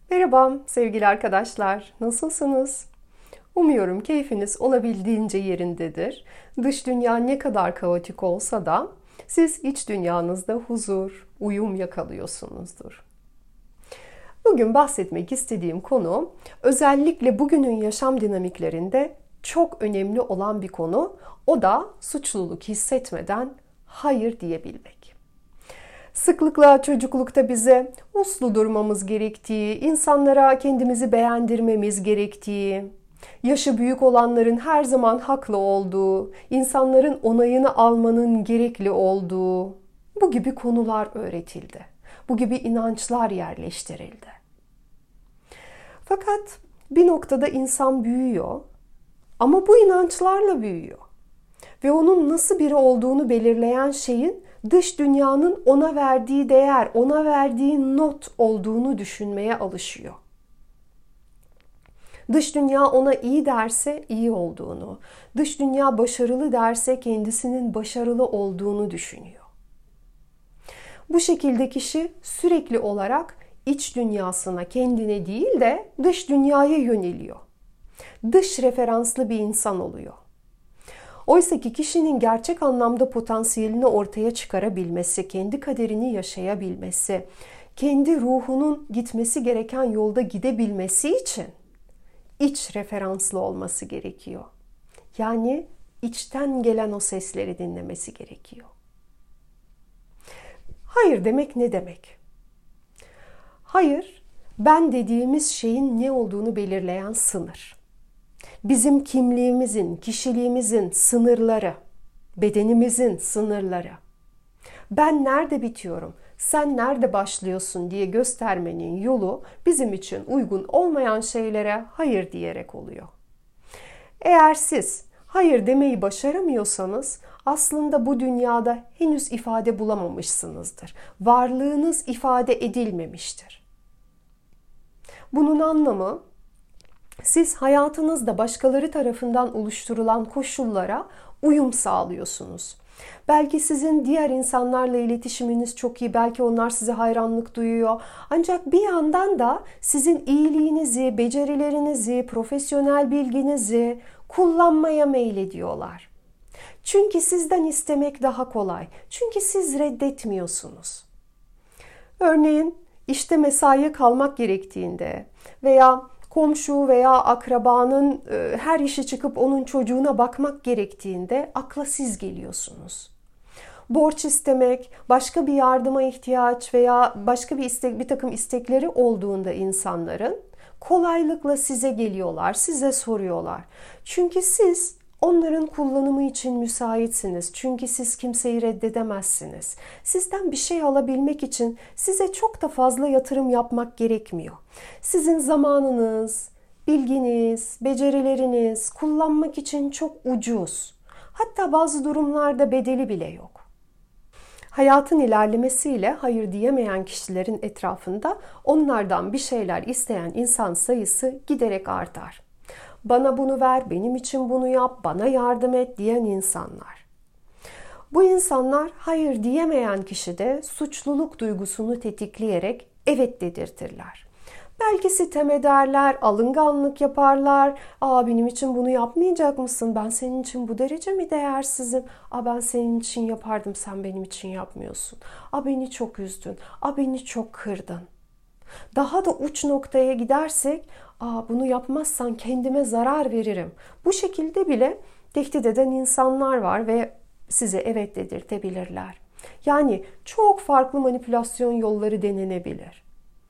Merhaba sevgili arkadaşlar, nasılsınız? Umuyorum keyfiniz olabildiğince yerindedir. Dış dünya ne kadar kaotik olsa da siz iç dünyanızda huzur, uyum yakalıyorsunuzdur. Bugün bahsetmek istediğim konu özellikle bugünün yaşam dinamiklerinde çok önemli olan bir konu. O da suçluluk hissetmeden hayır diyebilmek. Sıklıkla çocuklukta bize uslu durmamız gerektiği, insanlara kendimizi beğendirmemiz gerektiği, yaşı büyük olanların her zaman haklı olduğu, insanların onayını almanın gerekli olduğu, bu gibi konular öğretildi. Bu gibi inançlar yerleştirildi. Fakat bir noktada insan büyüyor ama bu inançlarla büyüyor. Ve onun nasıl biri olduğunu belirleyen şeyin dış dünyanın ona verdiği değer, ona verdiği not olduğunu düşünmeye alışıyor. Dış dünya ona iyi derse iyi olduğunu, dış dünya başarılı derse kendisinin başarılı olduğunu düşünüyor. Bu şekilde kişi sürekli olarak iç dünyasına, kendine değil de dış dünyaya yöneliyor. Dış referanslı bir insan oluyor. Oysa ki kişinin gerçek anlamda potansiyelini ortaya çıkarabilmesi, kendi kaderini yaşayabilmesi, kendi ruhunun gitmesi gereken yolda gidebilmesi için iç referanslı olması gerekiyor. Yani içten gelen o sesleri dinlemesi gerekiyor. Hayır demek ne demek? Hayır, ben dediğimiz şeyin ne olduğunu belirleyen sınır. Bizim kimliğimizin, kişiliğimizin sınırları, bedenimizin sınırları. Ben nerede bitiyorum, sen nerede başlıyorsun diye göstermenin yolu bizim için uygun olmayan şeylere hayır diyerek oluyor. Eğer siz hayır demeyi başaramıyorsanız aslında bu dünyada henüz ifade bulamamışsınızdır. Varlığınız ifade edilmemiştir. Bunun anlamı siz hayatınızda başkaları tarafından oluşturulan koşullara uyum sağlıyorsunuz. Belki sizin diğer insanlarla iletişiminiz çok iyi, belki onlar size hayranlık duyuyor. Ancak bir yandan da sizin iyiliğinizi, becerilerinizi, profesyonel bilginizi kullanmaya meylediyorlar. Çünkü sizden istemek daha kolay. Çünkü siz reddetmiyorsunuz. Örneğin işte mesaiye kalmak gerektiğinde veya komşu veya akrabanın her işi çıkıp onun çocuğuna bakmak gerektiğinde akla siz geliyorsunuz. Borç istemek, başka bir yardıma ihtiyaç veya başka bir takım istekleri olduğunda insanların kolaylıkla size geliyorlar, size soruyorlar. Çünkü siz onların kullanımı için müsaitsiniz. Çünkü siz kimseyi reddedemezsiniz. Sizden bir şey alabilmek için size çok da fazla yatırım yapmak gerekmiyor. Sizin zamanınız, bilginiz, becerileriniz kullanmak için çok ucuz. Hatta bazı durumlarda bedeli bile yok. Hayatın ilerlemesiyle hayır diyemeyen kişilerin etrafında onlardan bir şeyler isteyen insan sayısı giderek artar. Bana bunu ver, benim için bunu yap, bana yardım et diyen insanlar. Bu insanlar hayır diyemeyen kişide suçluluk duygusunu tetikleyerek evet dedirtirler. Belki sitem ederler, alınganlık yaparlar. Benim için bunu yapmayacak mısın? Ben senin için bu derece mi değersizim? Ben senin için yapardım, sen benim için yapmıyorsun. Beni çok üzdün. Beni çok kırdın. Daha da uç noktaya gidersek, bunu yapmazsan kendime zarar veririm. Bu şekilde bile tehdit eden insanlar var ve size evet dedirtebilirler. Yani çok farklı manipülasyon yolları denenebilir.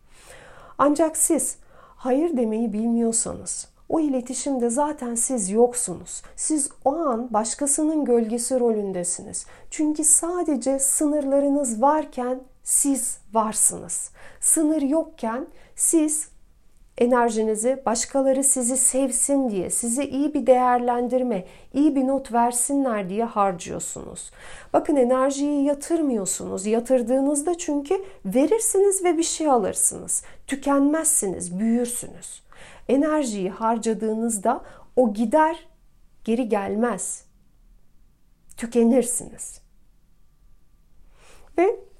Ancak siz hayır demeyi bilmiyorsanız, o iletişimde zaten siz yoksunuz. Siz o an başkasının gölgesi rolündesiniz. Çünkü sadece sınırlarınız varken siz varsınız. Sınır yokken siz enerjinizi başkaları sizi sevsin diye, size iyi bir değerlendirme, iyi bir not versinler diye harcıyorsunuz. Bakın, enerjiyi yatırmıyorsunuz. Yatırdığınızda çünkü verirsiniz ve bir şey alırsınız. Tükenmezsiniz, büyürsünüz. Enerjiyi harcadığınızda o gider, geri gelmez. Tükenirsiniz. Ve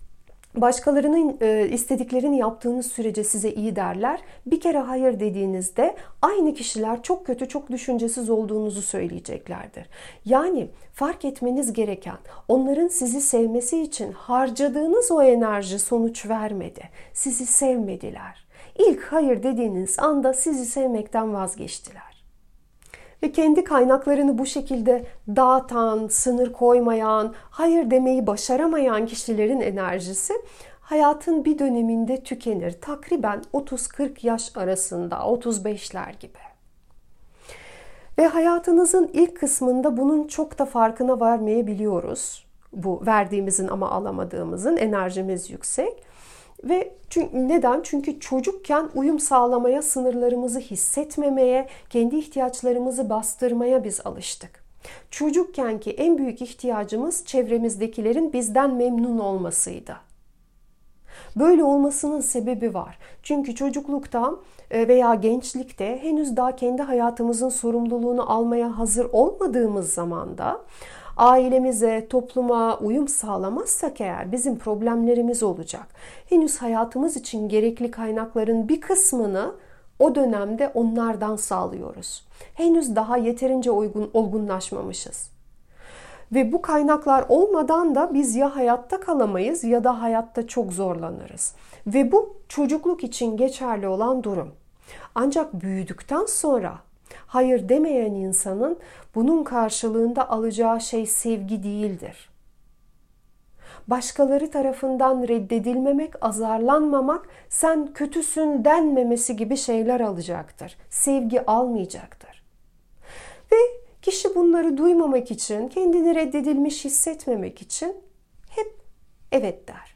Başkalarının istediklerini yaptığınız sürece size iyi derler. Bir kere hayır dediğinizde aynı kişiler çok kötü, çok düşüncesiz olduğunuzu söyleyeceklerdir. Yani fark etmeniz gereken, onların sizi sevmesi için harcadığınız o enerji sonuç vermedi. Sizi sevmediler. İlk hayır dediğiniz anda sizi sevmekten vazgeçtiler. Ve kendi kaynaklarını bu şekilde dağıtan, sınır koymayan, hayır demeyi başaramayan kişilerin enerjisi hayatın bir döneminde tükenir. Takriben 30-40 yaş arasında, 35'ler gibi. Ve hayatınızın ilk kısmında bunun çok da farkına varmayabiliyoruz. Bu verdiğimizin ama alamadığımızın, enerjimiz yüksek. Ve neden? Çünkü çocukken uyum sağlamaya, sınırlarımızı hissetmemeye, kendi ihtiyaçlarımızı bastırmaya biz alıştık. Çocukkenki en büyük ihtiyacımız çevremizdekilerin bizden memnun olmasıydı. Böyle olmasının sebebi var. Çünkü çocuklukta veya gençlikte henüz daha kendi hayatımızın sorumluluğunu almaya hazır olmadığımız zamanda ailemize, topluma uyum sağlamazsak eğer bizim problemlerimiz olacak. Henüz hayatımız için gerekli kaynakların bir kısmını o dönemde onlardan sağlıyoruz. Henüz daha yeterince olgunlaşmamışız. Ve bu kaynaklar olmadan da biz ya hayatta kalamayız ya da hayatta çok zorlanırız. Ve bu çocukluk için geçerli olan durum. Ancak büyüdükten sonra hayır demeyen insanın bunun karşılığında alacağı şey sevgi değildir. Başkaları tarafından reddedilmemek, azarlanmamak, sen kötüsün denmemesi gibi şeyler alacaktır. Sevgi almayacaktır. Ve kişi bunları duymamak için, kendini reddedilmiş hissetmemek için hep evet der.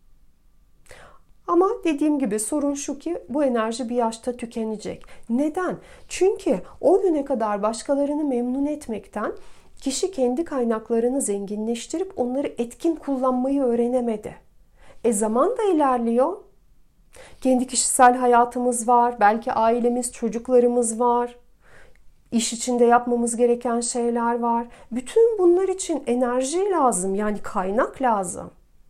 Ama dediğim gibi sorun şu ki bu enerji bir yaşta tükenecek. Neden? Çünkü o güne kadar başkalarını memnun etmekten kişi kendi kaynaklarını zenginleştirip onları etkin kullanmayı öğrenemedi. Zaman da ilerliyor. Kendi kişisel hayatımız var, belki ailemiz, çocuklarımız var. İş içinde yapmamız gereken şeyler var. Bütün bunlar için enerji lazım, yani kaynak lazım.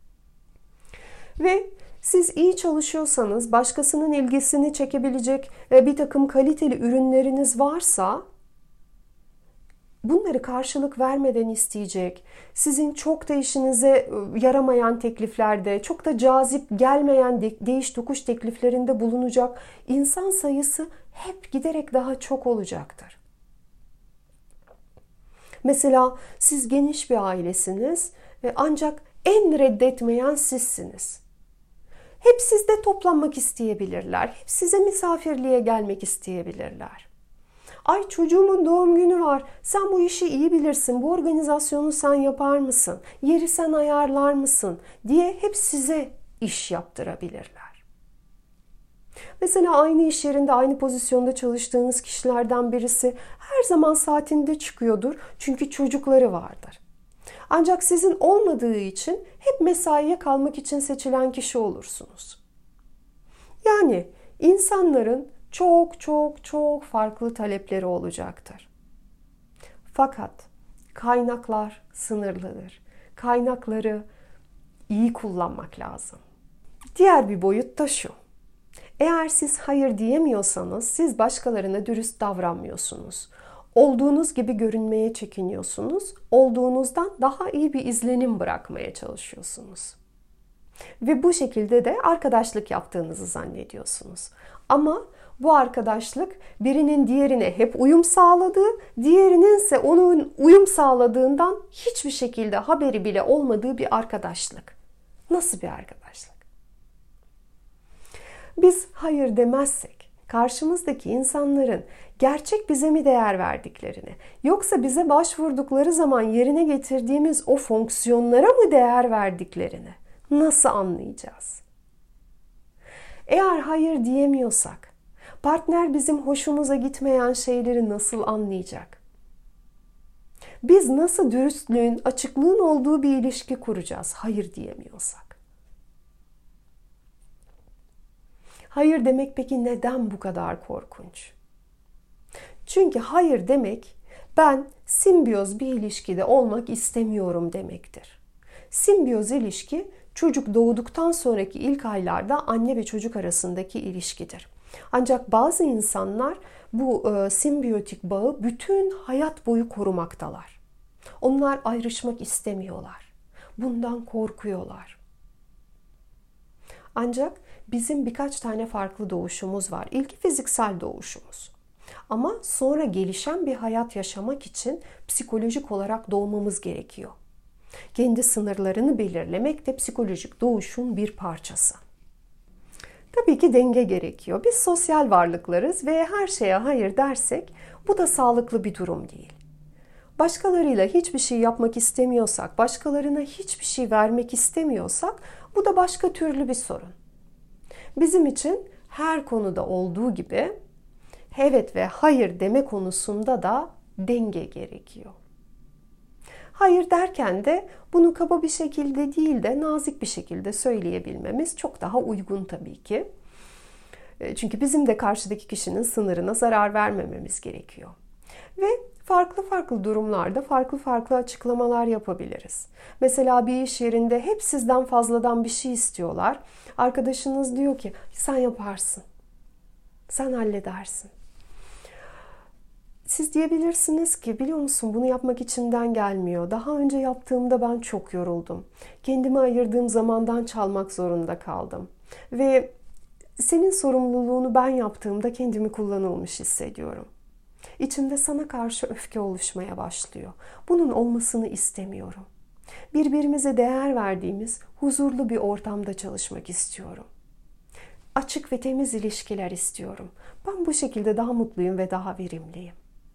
Ve siz iyi çalışıyorsanız, başkasının ilgisini çekebilecek bir takım kaliteli ürünleriniz varsa, bunları karşılık vermeden isteyecek, sizin çok da işinize yaramayan tekliflerde, çok da cazip gelmeyen değiş tokuş tekliflerinde bulunacak insan sayısı hep giderek daha çok olacaktır. Mesela siz geniş bir ailesiniz ve ancak en reddetmeyen sizsiniz. Hep sizde toplanmak isteyebilirler. Hep size misafirliğe gelmek isteyebilirler. Ay çocuğumun doğum günü var. Sen bu işi iyi bilirsin. Bu organizasyonu sen yapar mısın? Yeri sen ayarlar mısın? Diye hep size iş yaptırabilirler. Mesela aynı iş yerinde, aynı pozisyonda çalıştığınız kişilerden birisi her zaman saatinde çıkıyordur. Çünkü çocukları vardır. Ancak sizin olmadığı için hep mesaiye kalmak için seçilen kişi olursunuz. Yani insanların çok farklı talepleri olacaktır. Fakat kaynaklar sınırlıdır. Kaynakları iyi kullanmak lazım. Diğer bir boyut da şu. Eğer siz hayır diyemiyorsanız siz başkalarına dürüst davranmıyorsunuz. Olduğunuz gibi görünmeye çekiniyorsunuz. Olduğunuzdan daha iyi bir izlenim bırakmaya çalışıyorsunuz. Ve bu şekilde de arkadaşlık yaptığınızı zannediyorsunuz. Ama bu arkadaşlık birinin diğerine hep uyum sağladığı, diğerinin ise onun uyum sağladığından hiçbir şekilde haberi bile olmadığı bir arkadaşlık. Nasıl bir arkadaşlık? Biz hayır demezsek, karşımızdaki insanların gerçek bize mi değer verdiklerini, yoksa bize başvurdukları zaman yerine getirdiğimiz o fonksiyonlara mı değer verdiklerini nasıl anlayacağız? Eğer hayır diyemiyorsak, partner bizim hoşumuza gitmeyen şeyleri nasıl anlayacak? Biz nasıl dürüstlüğün, açıklığın olduğu bir ilişki kuracağız hayır diyemiyorsak? Hayır demek peki neden bu kadar korkunç? Çünkü hayır demek ben simbiyoz bir ilişkide olmak istemiyorum demektir. Simbiyoz ilişki çocuk doğduktan sonraki ilk aylarda anne ve çocuk arasındaki ilişkidir. Ancak bazı insanlar bu simbiyotik bağı bütün hayat boyu korumaktalar. Onlar ayrışmak istemiyorlar. Bundan korkuyorlar. Ancak bizim birkaç tane farklı doğuşumuz var. İlki fiziksel doğuşumuz. Ama sonra gelişen bir hayat yaşamak için psikolojik olarak doğmamız gerekiyor. Kendi sınırlarını belirlemek de psikolojik doğuşun bir parçası. Tabii ki denge gerekiyor. Biz sosyal varlıklarız ve her şeye hayır dersek bu da sağlıklı bir durum değil. Başkalarıyla hiçbir şey yapmak istemiyorsak, başkalarına hiçbir şey vermek istemiyorsak bu da başka türlü bir sorun. Bizim için her konuda olduğu gibi evet ve hayır deme konusunda da denge gerekiyor. Hayır derken de bunu kaba bir şekilde değil de nazik bir şekilde söyleyebilmemiz çok daha uygun tabii ki. Çünkü bizim de karşıdaki kişinin sınırına zarar vermememiz gerekiyor. Ve farklı durumlarda farklı açıklamalar yapabiliriz. Mesela bir iş yerinde hep sizden fazladan bir şey istiyorlar. Arkadaşınız diyor ki sen yaparsın, sen halledersin. Siz diyebilirsiniz ki biliyor musun bunu yapmak içimden gelmiyor. Daha önce yaptığımda ben çok yoruldum. Kendime ayırdığım zamandan çalmak zorunda kaldım. Ve senin sorumluluğunu ben yaptığımda kendimi kullanılmış hissediyorum. İçimde sana karşı öfke oluşmaya başlıyor. Bunun olmasını istemiyorum. Birbirimize değer verdiğimiz huzurlu bir ortamda çalışmak istiyorum. Açık ve temiz ilişkiler istiyorum. Ben bu şekilde daha mutluyum ve daha verimliyim.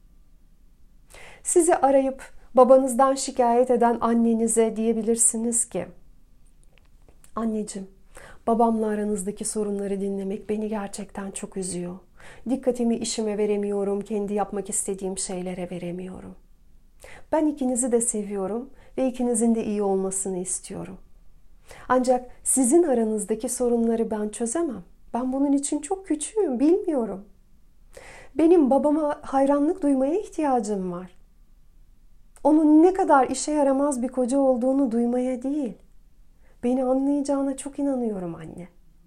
Sizi arayıp babanızdan şikayet eden annenize diyebilirsiniz ki anneciğim, babamla aranızdaki sorunları dinlemek beni gerçekten çok üzüyor. Dikkatimi işime veremiyorum, kendi yapmak istediğim şeylere veremiyorum. Ben ikinizi de seviyorum ve ikinizin de iyi olmasını istiyorum. Ancak sizin aranızdaki sorunları ben çözemem. Ben bunun için çok küçüğüm, bilmiyorum. Benim babama hayranlık duymaya ihtiyacım var. Onun ne kadar işe yaramaz bir koca olduğunu duymaya değil. Beni anlayacağına çok inanıyorum anne.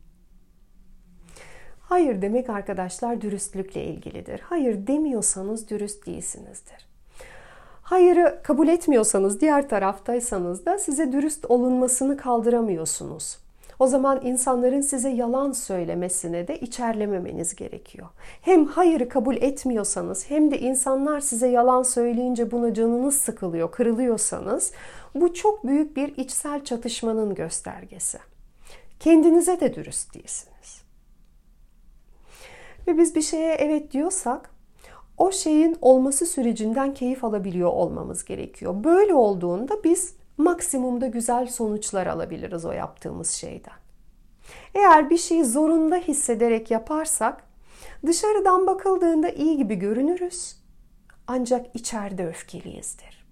Hayır demek arkadaşlar dürüstlükle ilgilidir. Hayır demiyorsanız dürüst değilsinizdir. Hayırı kabul etmiyorsanız, diğer taraftaysanız da size dürüst olunmasını kaldıramıyorsunuz. O zaman insanların size yalan söylemesine de içerlememeniz gerekiyor. Hem hayırı kabul etmiyorsanız hem de insanlar size yalan söyleyince buna canınız sıkılıyor, kırılıyorsanız bu çok büyük bir içsel çatışmanın göstergesi. Kendinize de dürüst değilsiniz. Ve biz bir şeye evet diyorsak o şeyin olması sürecinden keyif alabiliyor olmamız gerekiyor. Böyle olduğunda biz maksimumda güzel sonuçlar alabiliriz o yaptığımız şeyden. Eğer bir şeyi zorunda hissederek yaparsak dışarıdan bakıldığında iyi gibi görünürüz. Ancak içeride öfkeliyizdir.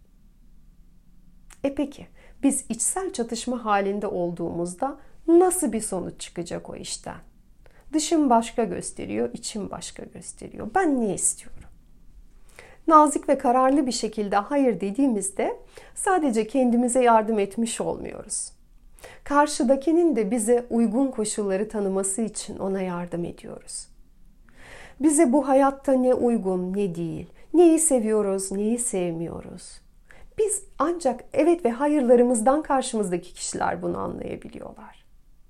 Peki biz içsel çatışma halinde olduğumuzda nasıl bir sonuç çıkacak o işten? Dışım başka gösteriyor, içim başka gösteriyor. Ben ne istiyorum? Nazik ve kararlı bir şekilde hayır dediğimizde sadece kendimize yardım etmiş olmuyoruz. Karşıdakinin de bize uygun koşulları tanıması için ona yardım ediyoruz. Bize bu hayatta ne uygun, ne değil, neyi seviyoruz, neyi sevmiyoruz. Biz ancak evet ve hayırlarımızdan karşımızdaki kişiler bunu anlayabiliyorlar.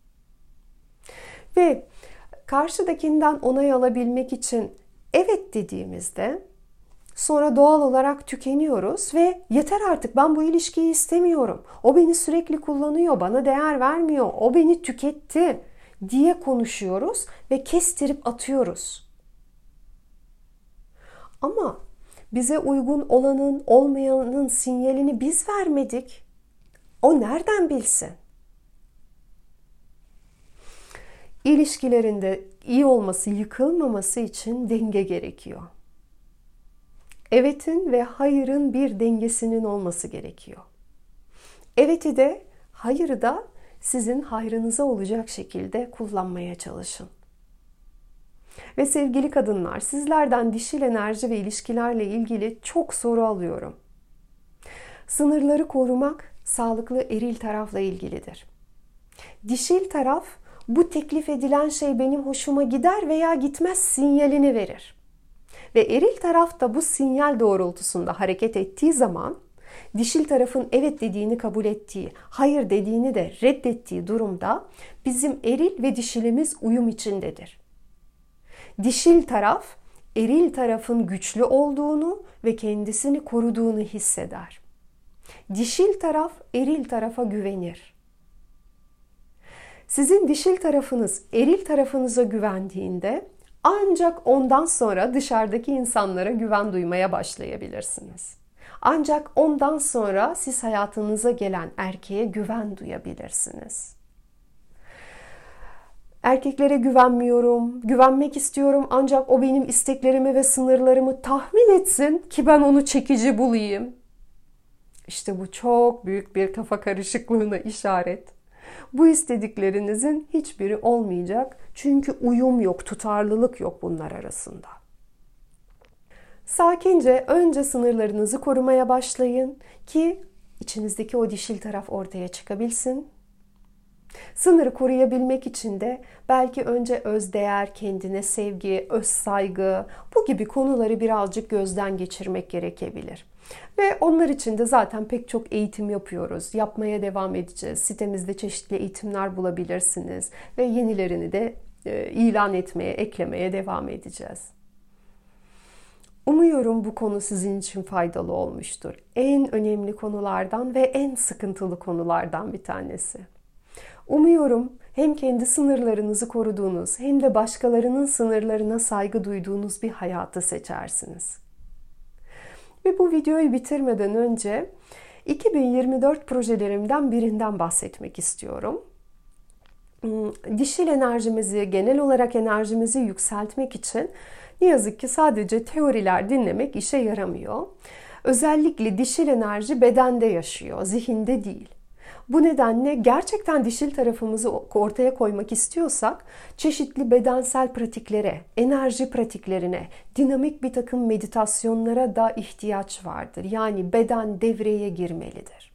Ve karşıdakinden onay alabilmek için evet dediğimizde sonra doğal olarak tükeniyoruz ve yeter artık ben bu ilişkiyi istemiyorum. O beni sürekli kullanıyor, bana değer vermiyor, o beni tüketti diye konuşuyoruz ve kestirip atıyoruz. Ama bize uygun olanın, olmayanın sinyalini biz vermedik. O nereden bilsin? İlişkilerinde iyi olması, yıkılmaması için denge gerekiyor. Evet'in ve hayırın bir dengesinin olması gerekiyor. Evet'i de hayırı da sizin hayrınıza olacak şekilde kullanmaya çalışın. Ve sevgili kadınlar, sizlerden dişil enerji ve ilişkilerle ilgili çok soru alıyorum. Sınırları korumak sağlıklı eril tarafla ilgilidir. Dişil taraf bu teklif edilen şey benim hoşuma gider veya gitmez sinyalini verir. Ve eril taraf da bu sinyal doğrultusunda hareket ettiği zaman dişil tarafın evet dediğini kabul ettiği, hayır dediğini de reddettiği durumda bizim eril ve dişilimiz uyum içindedir. Dişil taraf eril tarafın güçlü olduğunu ve kendisini koruduğunu hisseder. Dişil taraf eril tarafa güvenir. Sizin dişil tarafınız eril tarafınıza güvendiğinde ancak ondan sonra dışarıdaki insanlara güven duymaya başlayabilirsiniz. Ancak ondan sonra siz hayatınıza gelen erkeğe güven duyabilirsiniz. Erkeklere güvenmiyorum, güvenmek istiyorum ancak o benim isteklerimi ve sınırlarımı tahmin etsin ki ben onu çekici bulayım. İşte bu çok büyük bir kafa karışıklığına işaret. Bu istediklerinizin hiçbiri olmayacak çünkü uyum yok, tutarlılık yok bunlar arasında. Sakince önce sınırlarınızı korumaya başlayın ki içinizdeki o dişil taraf ortaya çıkabilsin. Sınırı koruyabilmek için de belki önce özdeğer, kendine sevgi, öz saygı bu gibi konuları birazcık gözden geçirmek gerekebilir. Ve onlar için de zaten pek çok eğitim yapıyoruz. Yapmaya devam edeceğiz. Sitemizde çeşitli eğitimler bulabilirsiniz. Ve yenilerini de ilan etmeye, eklemeye devam edeceğiz. Umuyorum bu konu sizin için faydalı olmuştur. En önemli konulardan ve en sıkıntılı konulardan bir tanesi. Umuyorum hem kendi sınırlarınızı koruduğunuz hem de başkalarının sınırlarına saygı duyduğunuz bir hayatı seçersiniz. Ve bu videoyu bitirmeden önce 2024 projelerimden birinden bahsetmek istiyorum. Dişil enerjimizi, genel olarak enerjimizi yükseltmek için ne yazık ki sadece teoriler dinlemek işe yaramıyor. Özellikle dişil enerji bedende yaşıyor, zihinde değil. Bu nedenle gerçekten dişil tarafımızı ortaya koymak istiyorsak çeşitli bedensel pratiklere, enerji pratiklerine, dinamik bir takım meditasyonlara da ihtiyaç vardır. Yani beden devreye girmelidir.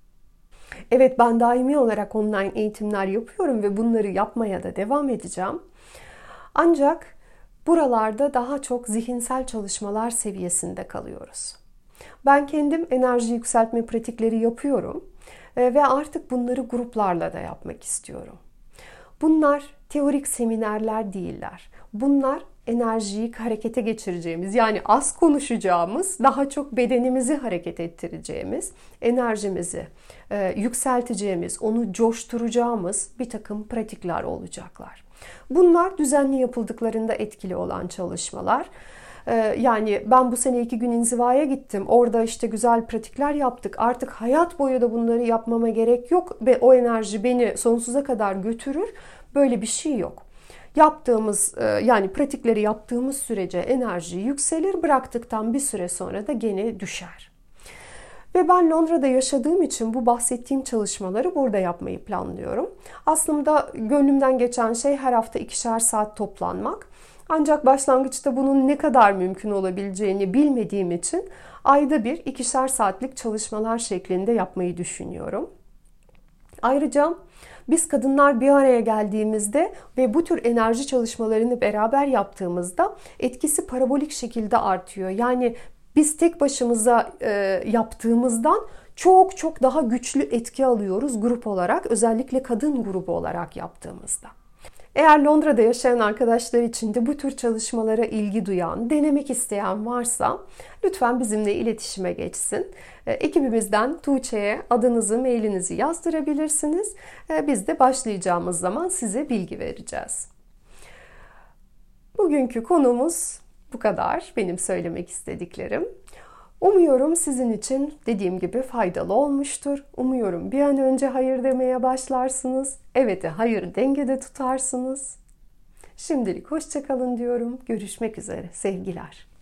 Evet, ben daimi olarak online eğitimler yapıyorum ve bunları yapmaya da devam edeceğim. Ancak buralarda daha çok zihinsel çalışmalar seviyesinde kalıyoruz. Ben kendim enerji yükseltme pratikleri yapıyorum. Ve artık bunları gruplarla da yapmak istiyorum. Bunlar teorik seminerler değiller. Bunlar enerjiyi harekete geçireceğimiz, yani az konuşacağımız, daha çok bedenimizi hareket ettireceğimiz, enerjimizi yükselteceğimiz, onu coşturacağımız bir takım pratikler olacaklar. Bunlar düzenli yapıldıklarında etkili olan çalışmalar. Yani ben bu sene 2 gün inzivaya gittim. Orada işte güzel pratikler yaptık. Artık hayat boyu da bunları yapmama gerek yok ve o enerji beni sonsuza kadar götürür. Böyle bir şey yok. Yaptığımız yani pratikleri yaptığımız sürece enerji yükselir. Bıraktıktan bir süre sonra da gene düşer. Ve ben Londra'da yaşadığım için bu bahsettiğim çalışmaları burada yapmayı planlıyorum. Aslında gönlümden geçen şey her hafta 2'şer saat toplanmak. Ancak başlangıçta bunun ne kadar mümkün olabileceğini bilmediğim için ayda bir 2'şer saatlik çalışmalar şeklinde yapmayı düşünüyorum. Ayrıca biz kadınlar bir araya geldiğimizde ve bu tür enerji çalışmalarını beraber yaptığımızda etkisi parabolik şekilde artıyor. Yani biz tek başımıza yaptığımızdan çok çok daha güçlü etki alıyoruz grup olarak, özellikle kadın grubu olarak yaptığımızda. Eğer Londra'da yaşayan arkadaşlar için de bu tür çalışmalara ilgi duyan, denemek isteyen varsa lütfen bizimle iletişime geçsin. Ekibimizden Tuğçe'ye adınızı, mailinizi yazdırabilirsiniz. Biz de başlayacağımız zaman size bilgi vereceğiz. Bugünkü konumuz bu kadar. Benim söylemek istediklerim. Umuyorum sizin için dediğim gibi faydalı olmuştur. Umuyorum bir an önce hayır demeye başlarsınız. Evet'e hayır dengede tutarsınız. Şimdilik hoşça kalın diyorum. Görüşmek üzere. Sevgiler.